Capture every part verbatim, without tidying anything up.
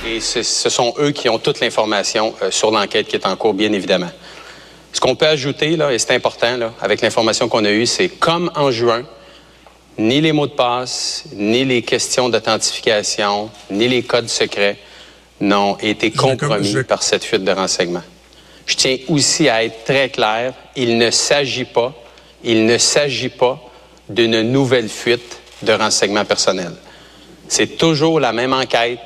Et ce sont eux qui ont toute l'information euh, sur l'enquête qui est en cours, bien évidemment. Ce qu'on peut ajouter, là, et c'est important, là, avec l'information qu'on a eue, c'est comme en juin, ni les mots de passe, ni les questions d'authentification, ni les codes secrets n'ont été compromis je... par cette fuite de renseignements. Je tiens aussi à être très clair, il ne s'agit pas, il ne s'agit pas d'une nouvelle fuite de renseignements personnels. C'est toujours la même enquête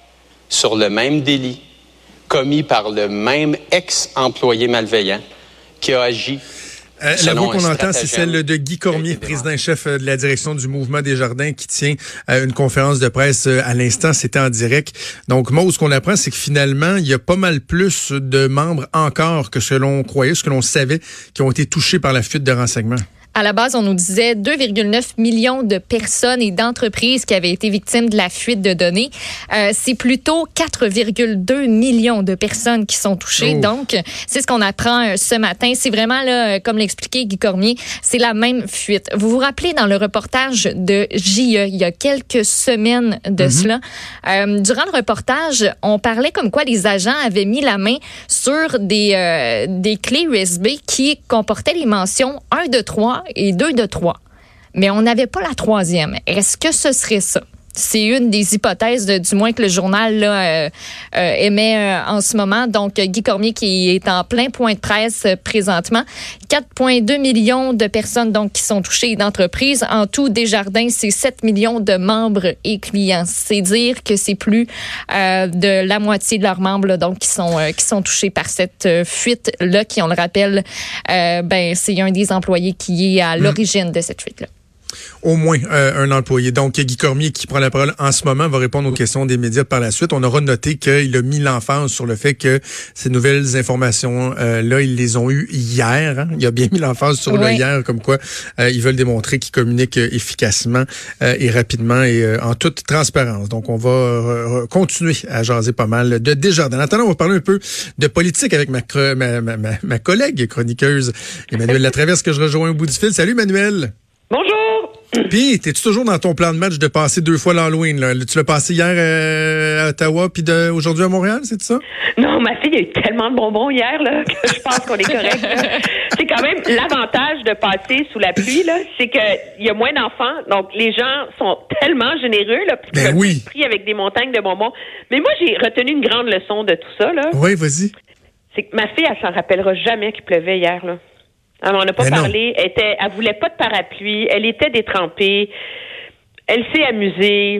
sur le même délit commis par le même ex-employé malveillant qui a agi. Euh, la voix qu'on entend, c'est celle de Guy Cormier, président et chef de la direction du Mouvement Desjardins, qui tient euh, une conférence de presse euh, à l'instant. C'était en direct. Donc, moi, ce qu'on apprend, c'est que finalement, il y a pas mal plus de membres encore que ce que l'on croyait, ce que l'on savait, qui ont été touchés par la fuite de renseignements. À la base, on nous disait deux virgule neuf millions de personnes et d'entreprises qui avaient été victimes de la fuite de données. Euh, c'est plutôt quatre virgule deux millions de personnes qui sont touchées. Oh. Donc, c'est ce qu'on apprend euh, ce matin. C'est vraiment, là, comme l'expliquait Guy Cormier, c'est la même fuite. Vous vous rappelez dans le reportage de J E, il y a quelques semaines de mm-hmm. cela, euh, durant le reportage, on parlait comme quoi les agents avaient mis la main sur des, euh, des clés U S B qui comportaient les mentions un, deux, trois et deux de trois. Mais on n'avait pas la troisième. Est-ce que ce serait ça? C'est une des hypothèses, de, du moins que le journal là, euh, euh, émet euh, en ce moment. Donc, Guy Cormier qui est en plein point de presse euh, présentement. quatre virgule deux millions de personnes donc qui sont touchées d'entreprises. En tout, Desjardins, c'est sept millions de membres et clients. C'est dire que c'est plus euh, de la moitié de leurs membres là, donc qui sont euh, qui sont touchés par cette euh, fuite-là, qui, on le rappelle, euh, ben c'est un des employés qui est à l'origine mmh. de cette fuite-là. Au moins euh, un employé. Donc, Guy Cormier, qui prend la parole en ce moment, va répondre aux questions des médias par la suite. On aura noté qu'il a mis l'emphase sur le fait que ces nouvelles informations-là, euh, ils les ont eues hier. Hein? Il a bien mis l'emphase sur oui. le hier, comme quoi euh, ils veulent démontrer qu'ils communiquent efficacement euh, et rapidement et euh, en toute transparence. Donc, on va euh, continuer à jaser pas mal de Desjardins. En attendant, on va parler un peu de politique avec ma, ma, ma, ma, ma collègue chroniqueuse, Emmanuelle Latraverse, que je rejoins au bout du fil. Salut, Emmanuelle! Bonjour! Puis, t'es-tu toujours dans ton plan de match de passer deux fois l'Halloween, là? Tu l'as passé hier euh, à Ottawa, puis de, aujourd'hui à Montréal, c'est ça? Non, ma fille a eu tellement de bonbons hier, là, que je pense qu'on est correct. Là. C'est quand même l'avantage de passer sous la pluie, là, c'est qu'il y a moins d'enfants, donc les gens sont tellement généreux, là, puis ben oui. pris avec des montagnes de bonbons. Mais moi, j'ai retenu une grande leçon de tout ça, là. Oui, vas-y. C'est que ma fille, elle s'en rappellera jamais qu'il pleuvait hier, là. Alors, on n'a pas Mais parlé. Elle, était, elle voulait pas de parapluie. Elle était détrempée. Elle s'est amusée.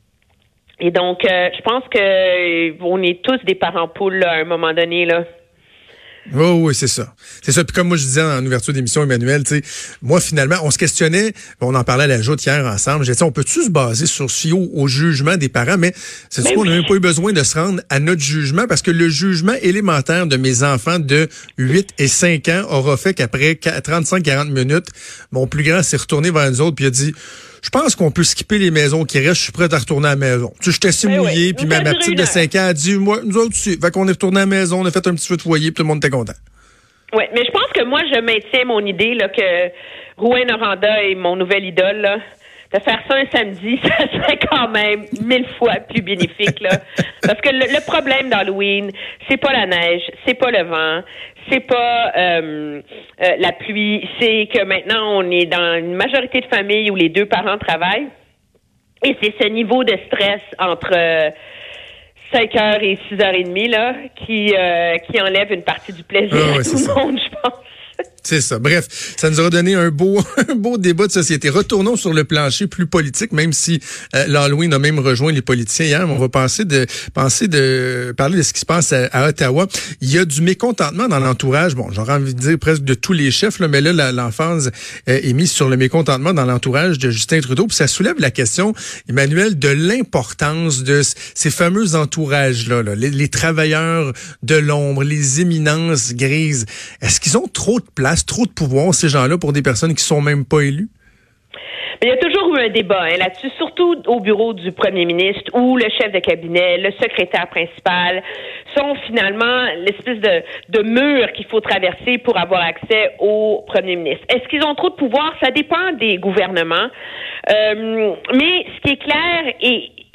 Et donc, euh, je pense que euh, on est tous des parents poules là, à un moment donné, là. Oh, oui, c'est ça. C'est ça. Puis comme moi je disais en ouverture d'émission, Emmanuel, tu sais, moi finalement, on se questionnait, on en parlait à la joute hier ensemble, j'ai dit, on peut-tu se baser sur ce au, au jugement des parents, mais c'est sûr qu'on n'a même pas eu besoin de se rendre à notre jugement parce que le jugement élémentaire de mes enfants de huit et cinq ans aura fait qu'après trente-cinq à quarante minutes, mon plus grand s'est retourné vers nous autres puis il a dit, je pense qu'on peut skipper les maisons qui restent. Je suis prêt à retourner à la maison. Tu sais, j'étais assez ben mouillé, oui. puis ma, ma petite de cinq ans a dit, moi, nous autres aussi. Fait qu'on est retourné à la maison, on a fait un petit feu de foyer, puis tout le monde était content. Oui, mais je pense que moi, je maintiens mon idée là que Rouyn-Noranda est mon nouvel idole, là. De faire ça un samedi, ça serait quand même mille fois plus bénéfique, là. Parce que le, le problème d'Halloween, c'est pas la neige, c'est pas le vent, c'est pas euh, euh, la pluie, c'est que maintenant on est dans une majorité de familles où les deux parents travaillent. Et c'est ce niveau de stress entre euh, cinq heures et six heures trente, là, qui, euh, qui enlève une partie du plaisir ah ouais, à tout le monde, je pense. C'est ça. Bref, ça nous aura donné un beau, un beau débat de société. Retournons sur le plancher plus politique, même si euh, l'Halloween a même rejoint les politiciens hier. On va penser de, penser de parler de ce qui se passe à, à Ottawa. Il y a du mécontentement dans l'entourage. Bon, j'aurais envie de dire presque de tous les chefs, là, mais là, la, l'emphase euh, est mise sur le mécontentement dans l'entourage de Justin Trudeau. Puis ça soulève la question, Emmanuel, de l'importance de ces fameux entourages-là, là, les, les travailleurs de l'ombre, les éminences grises. Est-ce qu'ils ont trop de place, trop de pouvoir, ces gens-là, pour des personnes qui sont même pas élues? Mais il y a toujours eu un débat hein, là-dessus, surtout au bureau du premier ministre où le chef de cabinet, le secrétaire principal sont finalement l'espèce de, de mur qu'il faut traverser pour avoir accès au premier ministre. Est-ce qu'ils ont trop de pouvoir? Ça dépend des gouvernements. Euh, mais ce qui est clair et ce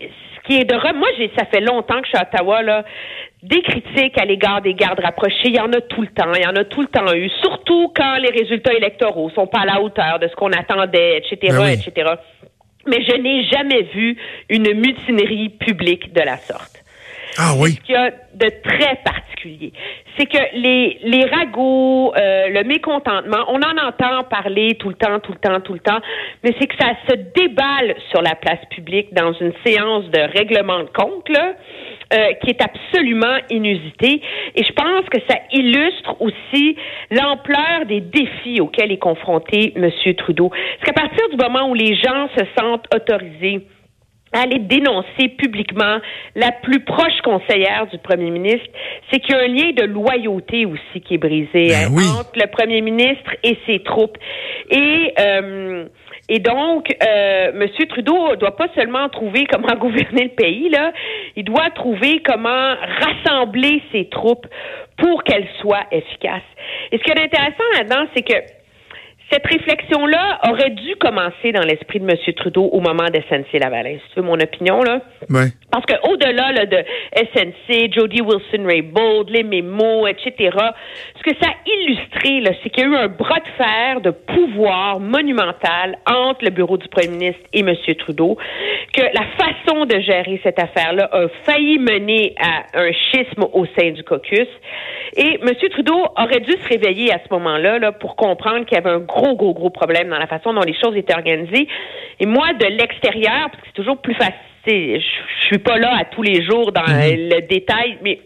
qui est de... Moi, j'ai, ça fait longtemps que je suis à Ottawa, là. Des critiques à l'égard des gardes rapprochés, il y en a tout le temps, il y en a tout le temps eu, surtout quand les résultats électoraux sont pas à la hauteur de ce qu'on attendait, et cetera, ben oui. et cetera. Mais je n'ai jamais vu une mutinerie publique de la sorte. Ah oui. Ce qu'il y a de très particulier, c'est que les les ragots, euh, le mécontentement, on en entend parler tout le temps, tout le temps, tout le temps, mais c'est que ça se déballe sur la place publique dans une séance de règlement de compte, là, euh, qui est absolument inusitée. Et je pense que ça illustre aussi l'ampleur des défis auxquels est confronté M. Trudeau. Parce qu'à partir du moment où les gens se sentent autorisés à aller dénoncer publiquement la plus proche conseillère du premier ministre, c'est qu'il y a un lien de loyauté aussi qui est brisé ben hein, oui. entre le premier ministre et ses troupes. Et euh, et donc, euh, M. Trudeau doit pas seulement trouver comment gouverner le pays, là, il doit trouver comment rassembler ses troupes pour qu'elles soient efficaces. Et ce qui est intéressant là-dedans, c'est que cette réflexion-là aurait dû commencer dans l'esprit de M. Trudeau au moment d'S N C-Lavalin. Si tu veux mon opinion, là. Ouais. Parce qu'au-delà là, de S N C, Jody Wilson-Raybould, les mémos, et cetera, ce que ça a illustré, là, c'est qu'il y a eu un bras de fer de pouvoir monumental entre le bureau du premier ministre et M. Trudeau, que la façon de gérer cette affaire-là a failli mener à un schisme au sein du caucus. Et M. Trudeau aurait dû se réveiller à ce moment-là là, pour comprendre qu'il y avait un gros, gros, gros problème dans la façon dont les choses étaient organisées. Et moi, de l'extérieur, parce que c'est toujours plus facile, je, je suis pas là à tous les jours dans mmh. le détail, mais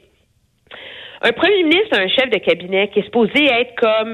un premier ministre, un chef de cabinet qui est supposé être comme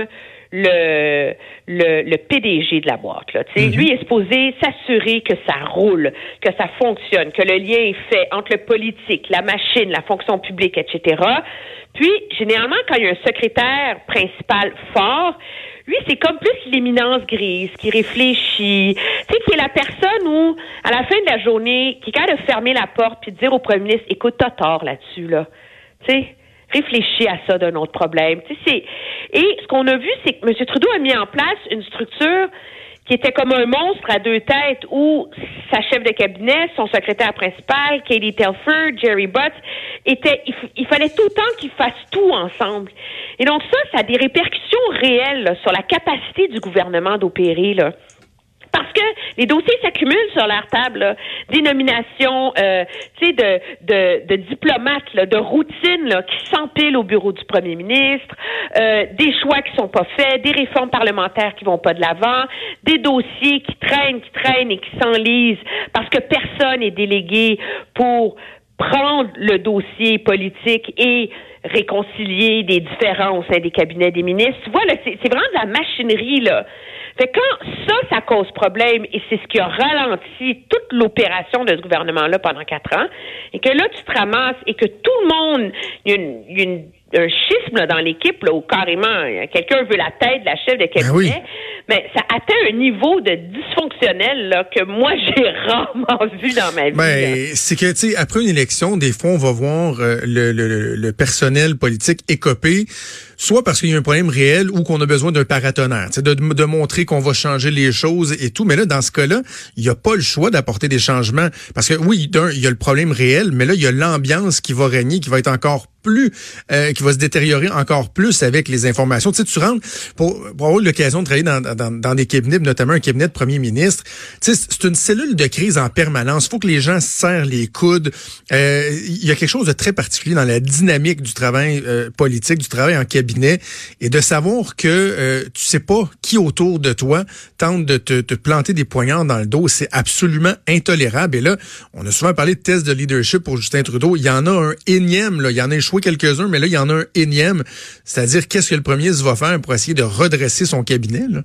le le, le P D G de la boîte. Là, mm-hmm. Lui est supposé s'assurer que ça roule, que ça fonctionne, que le lien est fait entre le politique, la machine, la fonction publique, et cetera. Puis, généralement, quand il y a un secrétaire principal fort, lui, c'est comme plus l'éminence grise, qui réfléchit, tu sais, qui est la personne où, à la fin de la journée, qui est capable de fermer la porte puis de dire au premier ministre, écoute, t'as tort là-dessus, là. Tu sais, réfléchis à ça d'un autre problème. Tu sais, c'est... Et ce qu'on a vu, c'est que M. Trudeau a mis en place une structure qui était comme un monstre à deux têtes où sa chef de cabinet, son secrétaire principal, Katie Telford, Jerry Butts, était, il, il fallait tout le temps qu'ils fassent tout ensemble. Et donc ça, ça a des répercussions réelles là, sur la capacité du gouvernement d'opérer, là. Parce que les dossiers s'accumulent sur leur table, là. Des nominations, euh, tu sais, de, de, de diplomates, là, de routine, là, qui s'empilent au bureau du premier ministre, euh, des choix qui sont pas faits, des réformes parlementaires qui vont pas de l'avant, des dossiers qui traînent, qui traînent et qui s'enlisent parce que personne n'est délégué pour prendre le dossier politique et réconcilier des différends au sein des cabinets des ministres. Tu vois, là, c'est, c'est vraiment de la machinerie, là. Fait que quand ça, ça cause problème, et c'est ce qui a ralenti toute l'opération de ce gouvernement-là pendant quatre ans, et que là, tu te ramasses, et que tout le monde, il y a, une, il y a une, un schisme là, dans l'équipe, là, où carrément, quelqu'un veut la tête de la chef de cabinet, ben oui. Mais ça atteint un niveau de dysfonctionnel là, que moi, j'ai rarement vu dans ma vie. Ben, c'est que, tu sais, après une élection, des fois, on va voir euh, le, le, le personnel politique écopé, soit parce qu'il y a un problème réel ou qu'on a besoin d'un paratonnerre, de, de montrer qu'on va changer les choses et tout. Mais là, dans ce cas-là, il n'y a pas le choix d'apporter des changements. Parce que oui, d'un, il y a le problème réel, mais là, il y a l'ambiance qui va régner, qui va être encore plus, euh, qui va se détériorer encore plus avec les informations. Tu sais, tu rentres pour, pour avoir l'occasion de travailler dans, dans, dans des cabinets, notamment un cabinet de premier ministre. Tu sais, c'est une cellule de crise en permanence. Il faut que les gens se serrent les coudes. Euh, il y a quelque chose de très particulier dans la dynamique du travail euh, politique, du travail en cabinet, et de savoir que euh, tu sais pas qui autour de toi tente de te, te planter des poignards dans le dos. C'est absolument intolérable. Et là, on a souvent parlé de test de leadership pour Justin Trudeau. Il y en a un énième, là. Il y en a échoué quelques-uns, mais là, il y en a un énième. C'est-à-dire, qu'est-ce que le premier ministre va faire pour essayer de redresser son cabinet, là?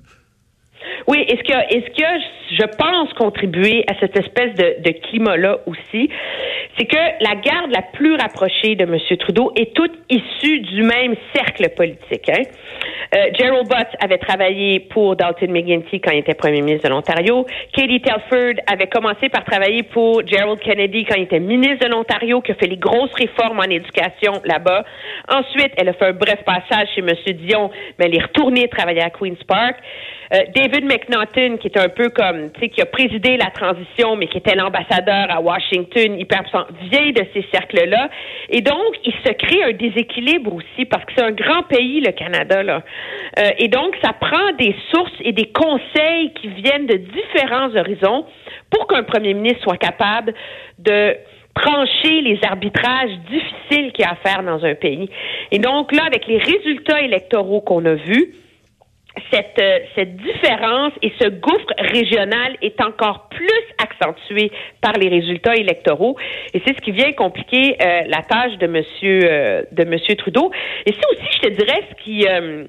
Oui, est-ce que, est-ce que je pense contribuer à cette espèce de, de climat-là aussi, c'est que la garde la plus rapprochée de M. Trudeau est toute issue du même cercle politique. Hein? Euh, Gerald Butts avait travaillé pour Dalton McGuinty quand il était premier ministre de l'Ontario. Katie Telford avait commencé par travailler pour Gerald Kennedy quand il était ministre de l'Ontario, qui a fait les grosses réformes en éducation là-bas. Ensuite, elle a fait un bref passage chez M. Dion, mais elle est retournée travailler à Queen's Park. Euh, David McNaughton, qui est un peu comme, tu sais, qui a présidé la transition, mais qui était l'ambassadeur à Washington, hyper puissant, vient de ces cercles-là. Et donc, il se crée un déséquilibre aussi, parce que c'est un grand pays, le Canada, là. Euh, et donc, ça prend des sources et des conseils qui viennent de différents horizons pour qu'un premier ministre soit capable de trancher les arbitrages difficiles qu'il y a à faire dans un pays. Et donc, là, avec les résultats électoraux qu'on a vus, Cette, euh, cette différence et ce gouffre régional est encore plus accentué par les résultats électoraux. Et c'est ce qui vient compliquer euh, la tâche de Monsieur euh, de Monsieur Trudeau. Et c'est aussi, je te dirais, ce qui euh,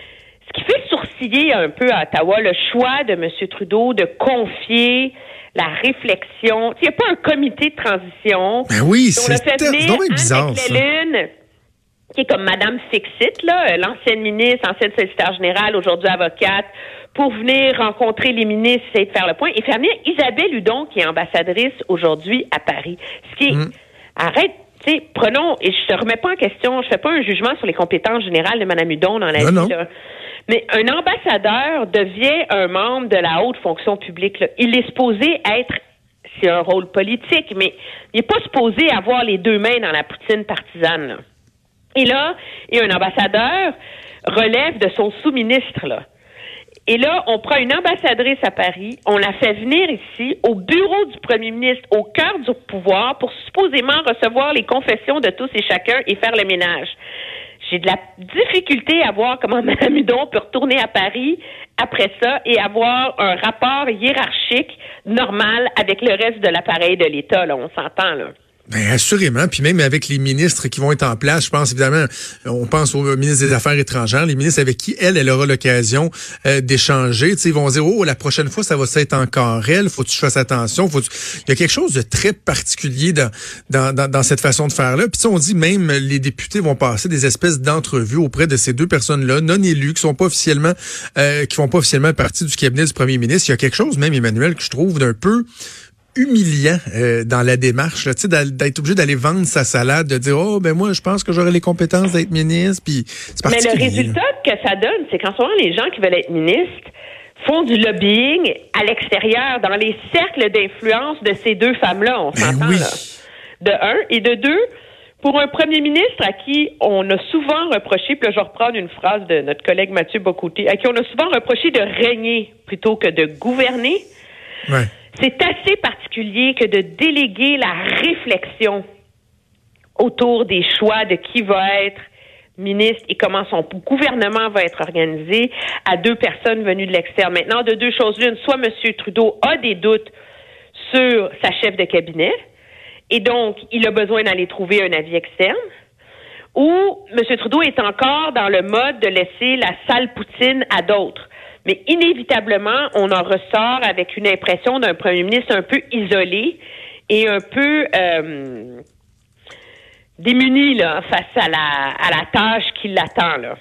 ce qui fait sourciller un peu à Ottawa, le choix de Monsieur Trudeau de confier la réflexion. Il n'y a pas un comité de transition. Ben oui, c'est vraiment bizarre, ça. Qui est comme Madame Fixit, là, l'ancienne ministre, ancienne secrétaire générale, aujourd'hui avocate, pour venir rencontrer les ministres, essayer de faire le point, et faire venir Isabelle Hudon, qui est ambassadrice aujourd'hui à Paris. Ce qui est, mmh. arrête, tu sais, prenons, et je te remets pas en question, je fais pas un jugement sur les compétences générales de Madame Hudon dans la non, vie, non. là. Mais un ambassadeur devient un membre de la haute fonction publique, là. Il est supposé être, c'est un rôle politique, mais il n'est pas supposé avoir les deux mains dans la poutine partisane, là. Et là, il y a un ambassadeur relève de son sous-ministre, là. Et là, on prend une ambassadrice à Paris, on la fait venir ici, au bureau du premier ministre, au cœur du pouvoir, pour supposément recevoir les confessions de tous et chacun et faire le ménage. J'ai de la difficulté à voir comment Mme Hudon peut retourner à Paris après ça et avoir un rapport hiérarchique normal avec le reste de l'appareil de l'État, là. On s'entend, là. Ben assurément, puis même avec les ministres qui vont être en place, je pense évidemment, on pense au ministre des Affaires étrangères, les ministres avec qui elle, elle aura l'occasion euh, d'échanger, tu sais, ils vont dire oh la prochaine fois ça va être encore elle, faut que tu fasses attention, faut que tu... il y a quelque chose de très particulier dans dans dans, dans cette façon de faire là. Puis on dit même les députés vont passer des espèces d'entrevues auprès de ces deux personnes-là non élues qui sont pas officiellement euh, qui font pas officiellement partie du cabinet du premier ministre. Il y a quelque chose même Emmanuel que je trouve d'un peu humiliant euh, dans la démarche, tu sais, d'être obligé d'aller vendre sa salade, de dire oh ben moi je pense que j'aurais les compétences d'être ministre, puis c'est particulier. Mais le résultat là. que ça donne, c'est qu'en ce moment les gens qui veulent être ministres font du lobbying à l'extérieur, dans les cercles d'influence de ces deux femmes-là, on ben s'entend oui. là. De un et de deux, pour un premier ministre à qui on a souvent reproché, puis là je vais reprendre une phrase de notre collègue Mathieu Bocoté, à qui on a souvent reproché de régner plutôt que de gouverner. Ouais. C'est assez particulier que de déléguer la réflexion autour des choix de qui va être ministre et comment son gouvernement va être organisé à deux personnes venues de l'extérieur. Maintenant, de deux choses l'une, soit M. Trudeau a des doutes sur sa chef de cabinet et donc il a besoin d'aller trouver un avis externe, ou M. Trudeau est encore dans le mode de laisser la sale poutine à d'autres. Mais inévitablement, on en ressort avec une impression d'un premier ministre un peu isolé et un peu euh, démuni là, face à la, à la tâche qui l'attend, là.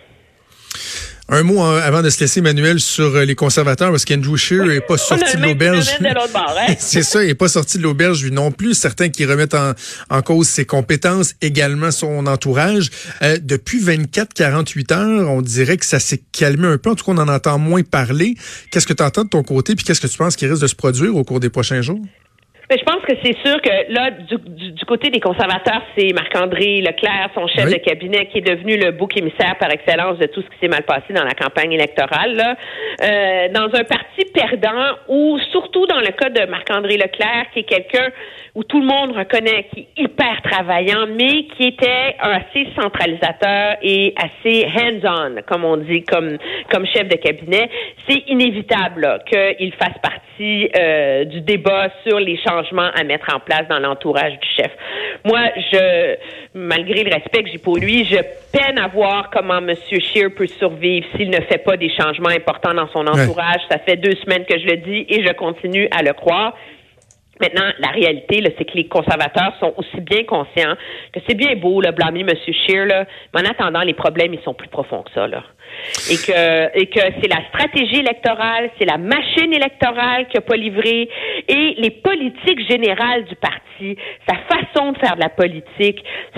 Un mot hein, avant de se laisser, Emmanuel, sur les conservateurs, parce qu'Andrew Scheer n'est pas sorti de l'auberge. Hein? C'est ça, il n'est pas sorti de l'auberge, lui non plus. Certains qui remettent en, en cause ses compétences, également son entourage. Euh, depuis vingt-quatre à quarante-huit heures, on dirait que ça s'est calmé un peu. En tout cas, on en entend moins parler. Qu'est-ce que tu entends de ton côté, puis qu'est-ce que tu penses qui risque de se produire au cours des prochains jours? Mais je pense que c'est sûr que là, du, du, du côté des conservateurs, c'est Marc-André Leclerc, son chef oui. de cabinet, qui est devenu le bouc émissaire par excellence de tout ce qui s'est mal passé dans la campagne électorale. Là. Euh, dans un parti perdant, ou surtout dans le cas de Marc-André Leclerc, qui est quelqu'un où tout le monde reconnaît qu'il est hyper travaillant, mais qui était assez centralisateur et assez hands-on, comme on dit, comme comme chef de cabinet, c'est inévitable là, qu'il fasse partie euh, du débat sur les changements à mettre en place dans l'entourage du chef. Moi, je, malgré le respect que j'ai pour lui, je peine à voir comment M. Scheer peut survivre s'il ne fait pas des changements importants dans son entourage. Ouais. Ça fait deux semaines que je le dis et je continue à le croire. Maintenant, la réalité, là, c'est que les conservateurs sont aussi bien conscients que c'est bien beau, là, blâmer M. Scheer, là, mais en attendant, les problèmes, ils sont plus profonds que ça, là. Et que, et que c'est la stratégie électorale, c'est la machine électorale qui n'a pas livré, et les politiques générales du parti, sa façon de faire de la politique, c'est tout ça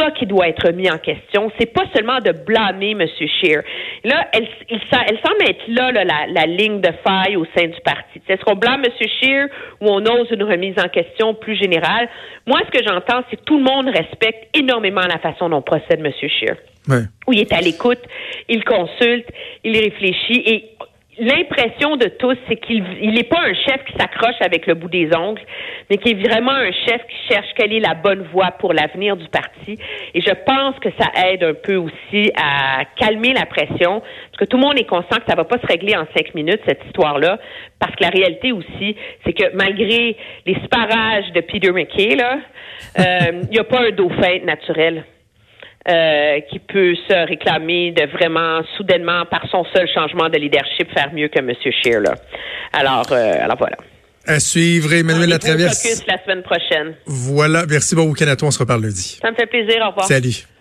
ça qui doit être mis en question. C'est pas seulement de blâmer M. Scheer. Là, elle, il, elle semble être là, là la, la ligne de faille au sein du parti. Est-ce qu'on blâme M. Scheer ou on ose une remise en question plus générale? Moi, ce que j'entends, c'est que tout le monde respecte énormément la façon dont procède M. Scheer. Ouais. Où il est à l'écoute, il consulte, il réfléchit et l'impression de tous, c'est qu'il il n'est pas un chef qui s'accroche avec le bout des ongles, mais qui est vraiment un chef qui cherche quelle est la bonne voie pour l'avenir du parti. Et je pense que ça aide un peu aussi à calmer la pression, parce que tout le monde est conscient que ça va pas se régler en cinq minutes, cette histoire-là, parce que la réalité aussi, c'est que malgré les sparages de Peter MacKay, là, euh, il n'y a pas un dauphin naturel. Euh, qui peut se réclamer de vraiment, soudainement, par son seul changement de leadership, faire mieux que M. Scheer, là. Alors, euh, alors voilà. À suivre, Emmanuel Latraverse. On est au caucus la semaine prochaine. Voilà. Merci, bon week-end à toi. On se reparle lundi. Ça me fait plaisir. Au revoir. Salut.